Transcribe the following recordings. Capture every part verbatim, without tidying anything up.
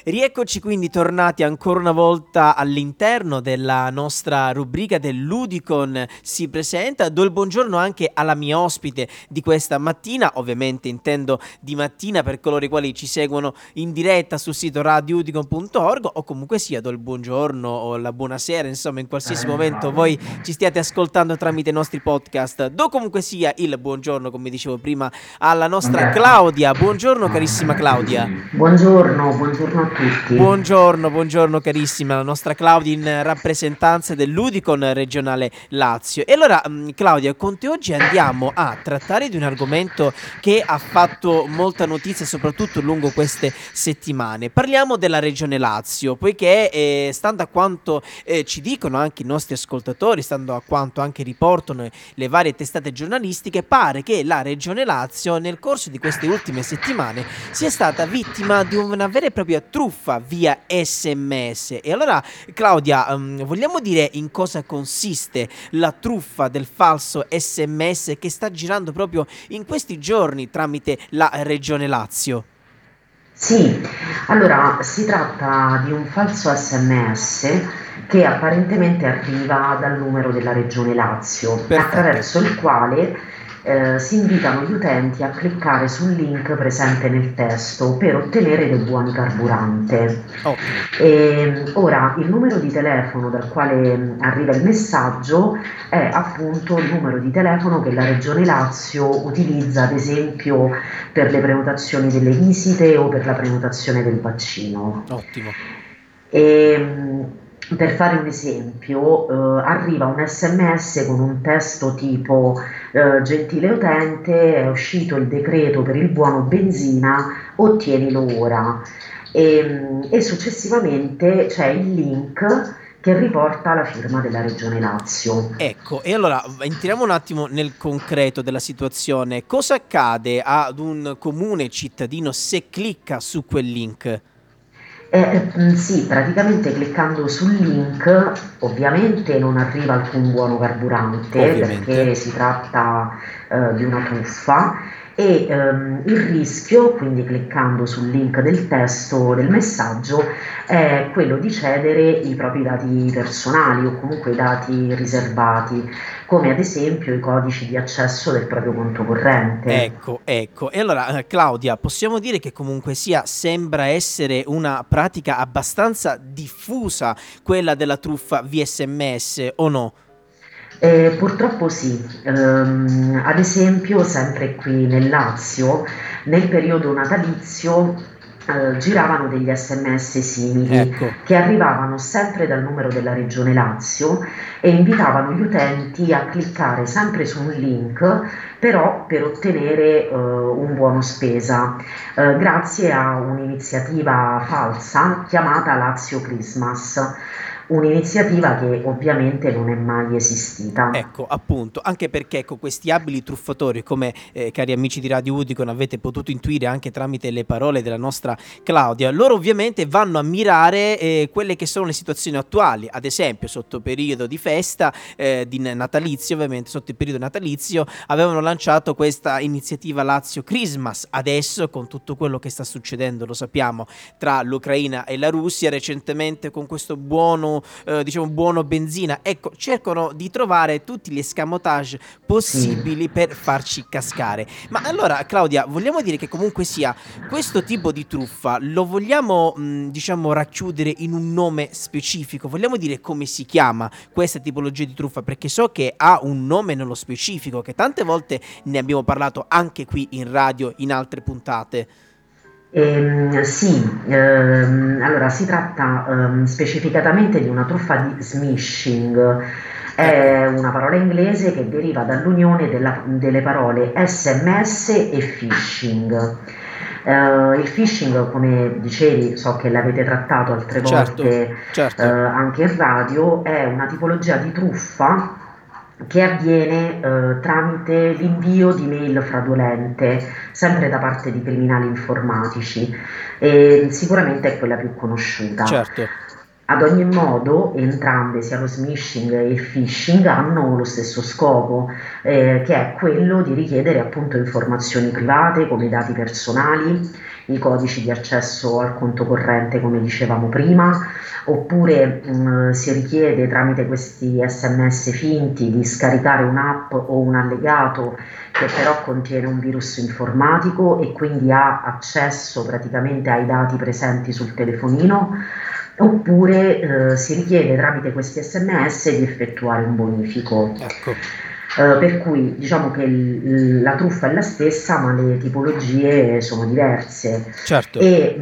Rieccoci quindi tornati ancora una volta all'interno della nostra rubrica del Ludicon si presenta. Do il buongiorno anche alla mia ospite di questa mattina, ovviamente intendo di mattina per coloro i quali ci seguono in diretta sul sito radio udicon punto org, o comunque sia do il buongiorno o la buonasera, insomma in qualsiasi momento voi ci stiate ascoltando tramite i nostri podcast. Do comunque sia il buongiorno, come dicevo prima, alla nostra Claudia. Buongiorno carissima Claudia. Buongiorno, buongiorno a tutti. Buongiorno, buongiorno carissima, la nostra Claudia in rappresentanza dell'Udicon regionale Lazio. E allora mh, Claudia, con te oggi andiamo a trattare di un argomento che ha fatto molta notizia soprattutto lungo queste settimane. Parliamo della regione Lazio, poiché eh, stando a quanto eh, ci dicono anche i nostri ascoltatori, stando a quanto anche riportano le varie testate giornalistiche, pare che la regione Lazio nel corso di queste ultime settimane sia stata vittima di una vera e propria truffa via sms. E allora Claudia, um, vogliamo dire in cosa consiste la truffa del falso sms che sta girando proprio in questi giorni tramite la regione Lazio? Sì, allora si tratta di un falso S M S che apparentemente arriva dal numero della regione Lazio, Perfetto. attraverso il quale eh, si invitano gli utenti a cliccare sul link presente nel testo per ottenere dei buoni carburante. Ottimo. E, ora, il numero di telefono dal quale arriva il messaggio è appunto il numero di telefono che la regione Lazio utilizza, ad esempio, per le prenotazioni delle visite o per la prenotazione del vaccino. Ottimo. E, per fare un esempio, eh, arriva un sms con un testo tipo eh, gentile utente, è uscito il decreto per il buono benzina, ottienilo ora. E, e successivamente c'è il link che riporta la firma della regione Lazio. Ecco, e allora entriamo un attimo nel concreto della situazione. Cosa accade ad un comune cittadino se clicca su quel link? Eh, sì, praticamente cliccando sul link ovviamente non arriva alcun buono carburante, Ovviamente. perché si tratta eh, di una truffa e ehm, il rischio, quindi cliccando sul link del testo del messaggio, è quello di cedere i propri dati personali o comunque i dati riservati, come ad esempio i codici di accesso del proprio conto corrente. Ecco, ecco. E allora eh, Claudia, possiamo dire che comunque sia sembra essere una pratica abbastanza diffusa quella della truffa via sms, o no? Eh, purtroppo sì. Ehm, ad esempio sempre qui nel Lazio, nel periodo natalizio eh, giravano degli sms simili Ecco. che arrivavano sempre dal numero della regione Lazio e invitavano gli utenti a cliccare sempre su un link, però per ottenere eh, un buono spesa, eh, grazie a un'iniziativa falsa chiamata Lazio Christmas. Un'iniziativa che ovviamente non è mai esistita. Ecco, appunto, anche perché ecco, questi abili truffatori, come eh, cari amici di Radio Udicon avete potuto intuire anche tramite le parole della nostra Claudia, loro ovviamente vanno a mirare eh, quelle che sono le situazioni attuali, ad esempio sotto periodo di festa, eh, di natalizio, ovviamente sotto il periodo natalizio avevano lanciato questa iniziativa Lazio Christmas. Adesso con tutto quello che sta succedendo, lo sappiamo, tra l'Ucraina e la Russia, recentemente con questo buono Eh, diciamo buono benzina, ecco, cercano di trovare tutti gli escamotage possibili Sì. per farci cascare. Ma allora Claudia, vogliamo dire che comunque sia questo tipo di truffa lo vogliamo mh, diciamo racchiudere in un nome specifico? Vogliamo dire come si chiama questa tipologia di truffa? Perché so che ha un nome nello specifico, che tante volte ne abbiamo parlato anche qui in radio in altre puntate. Ehm, sì, ehm, allora si tratta ehm, specificatamente di una truffa di smishing. Ecco. È una parola inglese che deriva dall'unione della- delle parole sms e phishing. Eh, il phishing, come dicevi, so che l'avete trattato altre Certo, volte eh, certo. anche in radio, è una tipologia di truffa che avviene eh, tramite l'invio di mail fraudolente, sempre da parte di criminali informatici, e sicuramente è quella più conosciuta. Certo. Ad ogni modo, entrambe, sia lo smishing e il phishing, hanno lo stesso scopo, eh, che è quello di richiedere appunto informazioni private come i dati personali, i codici di accesso al conto corrente, come dicevamo prima, oppure mh, si richiede tramite questi S M S finti di scaricare un'app o un allegato che però contiene un virus informatico e quindi ha accesso praticamente ai dati presenti sul telefonino, oppure eh, si richiede tramite questi S M S di effettuare un bonifico. Ecco. Eh, per cui diciamo che il- la truffa è la stessa, ma le tipologie sono diverse Certo. e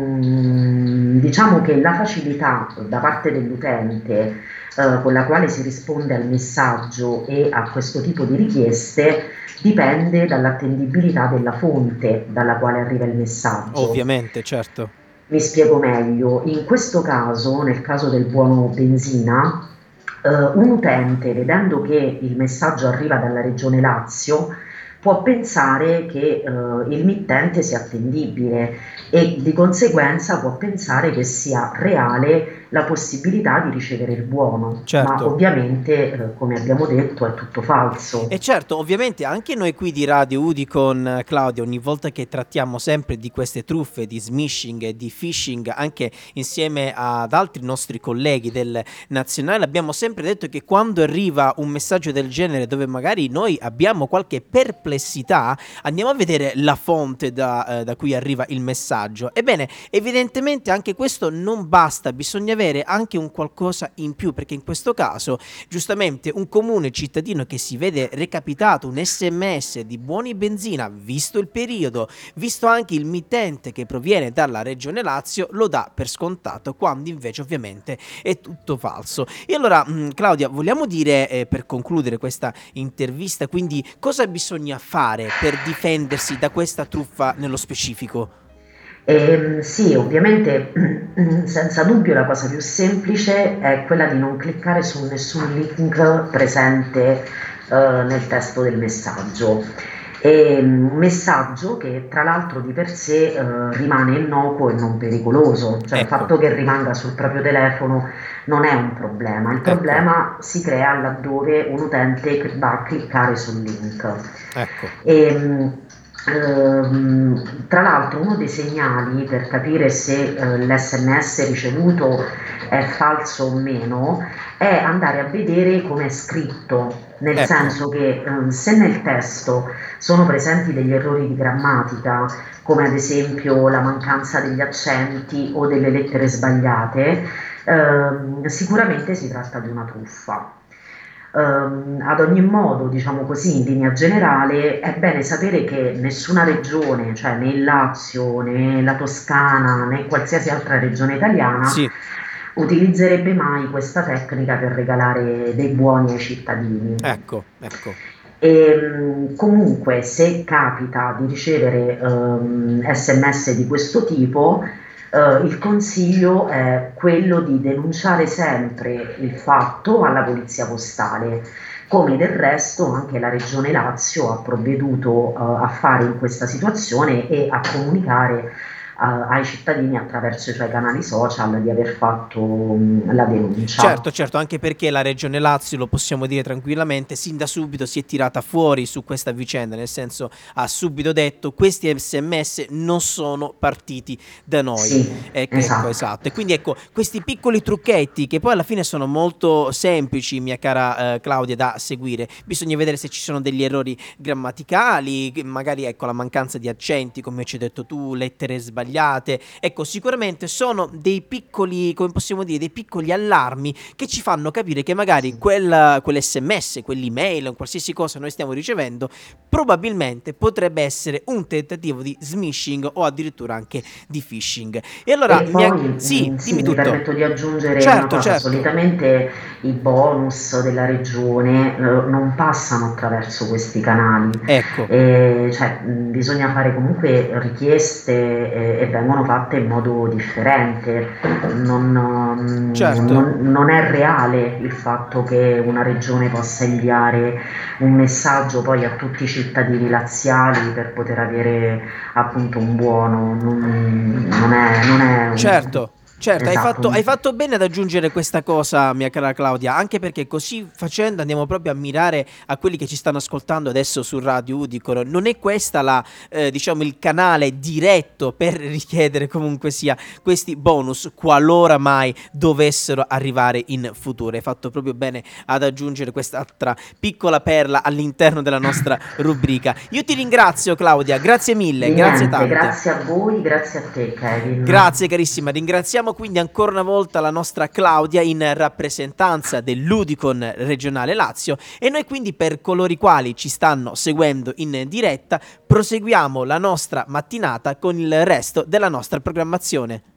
mh, diciamo che la facilità da parte dell'utente eh, con la quale si risponde al messaggio e a questo tipo di richieste dipende dall'attendibilità della fonte dalla quale arriva il messaggio. Ovviamente, certo. Mi spiego meglio, in questo caso, nel caso del buono benzina, eh, un utente, vedendo che il messaggio arriva dalla regione Lazio, può pensare che eh, il mittente sia attendibile e di conseguenza può pensare che sia reale la possibilità di ricevere il buono, ma Certo. ovviamente, eh, come abbiamo detto, è tutto falso. E certo, ovviamente anche noi qui di Radio Udicon, eh, Claudia, ogni volta che trattiamo sempre di queste truffe, di smishing e di phishing, anche insieme ad altri nostri colleghi del nazionale, abbiamo sempre detto che quando arriva un messaggio del genere dove magari noi abbiamo qualche perplessità, andiamo a vedere la fonte da, eh, da cui arriva il messaggio. Ebbene, evidentemente anche questo non basta, bisogna avere anche un qualcosa in più, perché in questo caso, giustamente, un comune cittadino che si vede recapitato un S M S di buoni benzina, visto il periodo, visto anche il mittente che proviene dalla regione Lazio, lo dà per scontato, quando invece ovviamente è tutto falso. E allora, mh, Claudia, vogliamo dire, eh, per concludere questa intervista, quindi cosa bisogna fare per difendersi da questa truffa nello specifico? Ehm, sì, ovviamente senza dubbio la cosa più semplice è quella di non cliccare su nessun link presente eh, nel testo del messaggio. E, un messaggio che tra l'altro di per sé eh, rimane innocuo e non pericoloso, cioè il Ecco, fatto che rimanga sul proprio telefono non è un problema, il ecco, problema si crea laddove un utente va a cliccare sul link. ecco. E, mh, ehm, tra l'altro uno dei segnali per capire se eh, l'S M S ricevuto è falso o meno è andare a vedere come è scritto, nel Ecco, senso che ehm, se nel testo sono presenti degli errori di grammatica, come ad esempio la mancanza degli accenti o delle lettere sbagliate, ehm, sicuramente si tratta di una truffa. Ehm, ad ogni modo, diciamo così, in linea generale, è bene sapere che nessuna regione, cioè né il Lazio, né la Toscana, né qualsiasi altra regione italiana, sì, utilizzerebbe mai questa tecnica per regalare dei buoni ai cittadini. ecco, ecco. E, mh, comunque, se capita di ricevere ehm, S M S di questo tipo, eh, il consiglio è quello di denunciare sempre il fatto alla polizia postale, come del resto anche la Regione Lazio ha provveduto eh, a fare in questa situazione e a comunicare eh, ai cittadini attraverso i suoi canali social di aver fatto mh, la denuncia. Certo, certo, anche perché la Regione Lazio, lo possiamo dire tranquillamente, sin da subito si è tirata fuori su questa vicenda, nel senso ha subito detto questi S M S non sono partiti da noi. Sì, Ecco, ecco, esatto. esatto. E quindi ecco, questi piccoli trucchetti che poi alla fine sono molto semplici, mia cara eh, Claudia, da seguire. Bisogna vedere se ci sono degli errori grammaticali, che magari ecco la mancanza di accenti, come ci hai detto tu, lettere sbagliate. Ecco, sicuramente sono dei piccoli, come possiamo dire, dei piccoli allarmi che ci fanno capire che magari Sì. quel, quell'S M S, quell'email, qualsiasi cosa noi stiamo ricevendo, probabilmente potrebbe essere un tentativo di smishing o addirittura anche di phishing. E allora, E mi ha... poi, sì, mh, dimmi sì, mi tutto. permetto di aggiungere una Certo, cosa, certo. solitamente i bonus della regione eh, non passano attraverso questi canali, Ecco, e, cioè, mh, bisogna fare comunque richieste eh, e vengono fatte in modo differente, non, mm, certo. non- non è reale il fatto che una regione possa inviare un messaggio poi a tutti i cittadini laziali per poter avere appunto un buono, non, non è, non è un- Certo. Certo, hai Esatto. fatto, hai fatto bene ad aggiungere questa cosa, mia cara Claudia, anche perché così facendo andiamo proprio a mirare a quelli che ci stanno ascoltando adesso su Radio Udicoro. Non è questa la, eh, diciamo, il canale diretto per richiedere comunque sia questi bonus, qualora mai dovessero arrivare in futuro. Hai fatto proprio bene ad aggiungere quest'altra piccola perla all'interno della nostra rubrica. Io ti ringrazio, Claudia, grazie mille, Di grazie niente, tante. grazie a voi, grazie a te Kevin. Grazie carissima, ringraziamo quindi ancora una volta la nostra Claudia in rappresentanza dell'Udicon regionale Lazio e noi quindi per coloro i quali ci stanno seguendo in diretta proseguiamo la nostra mattinata con il resto della nostra programmazione.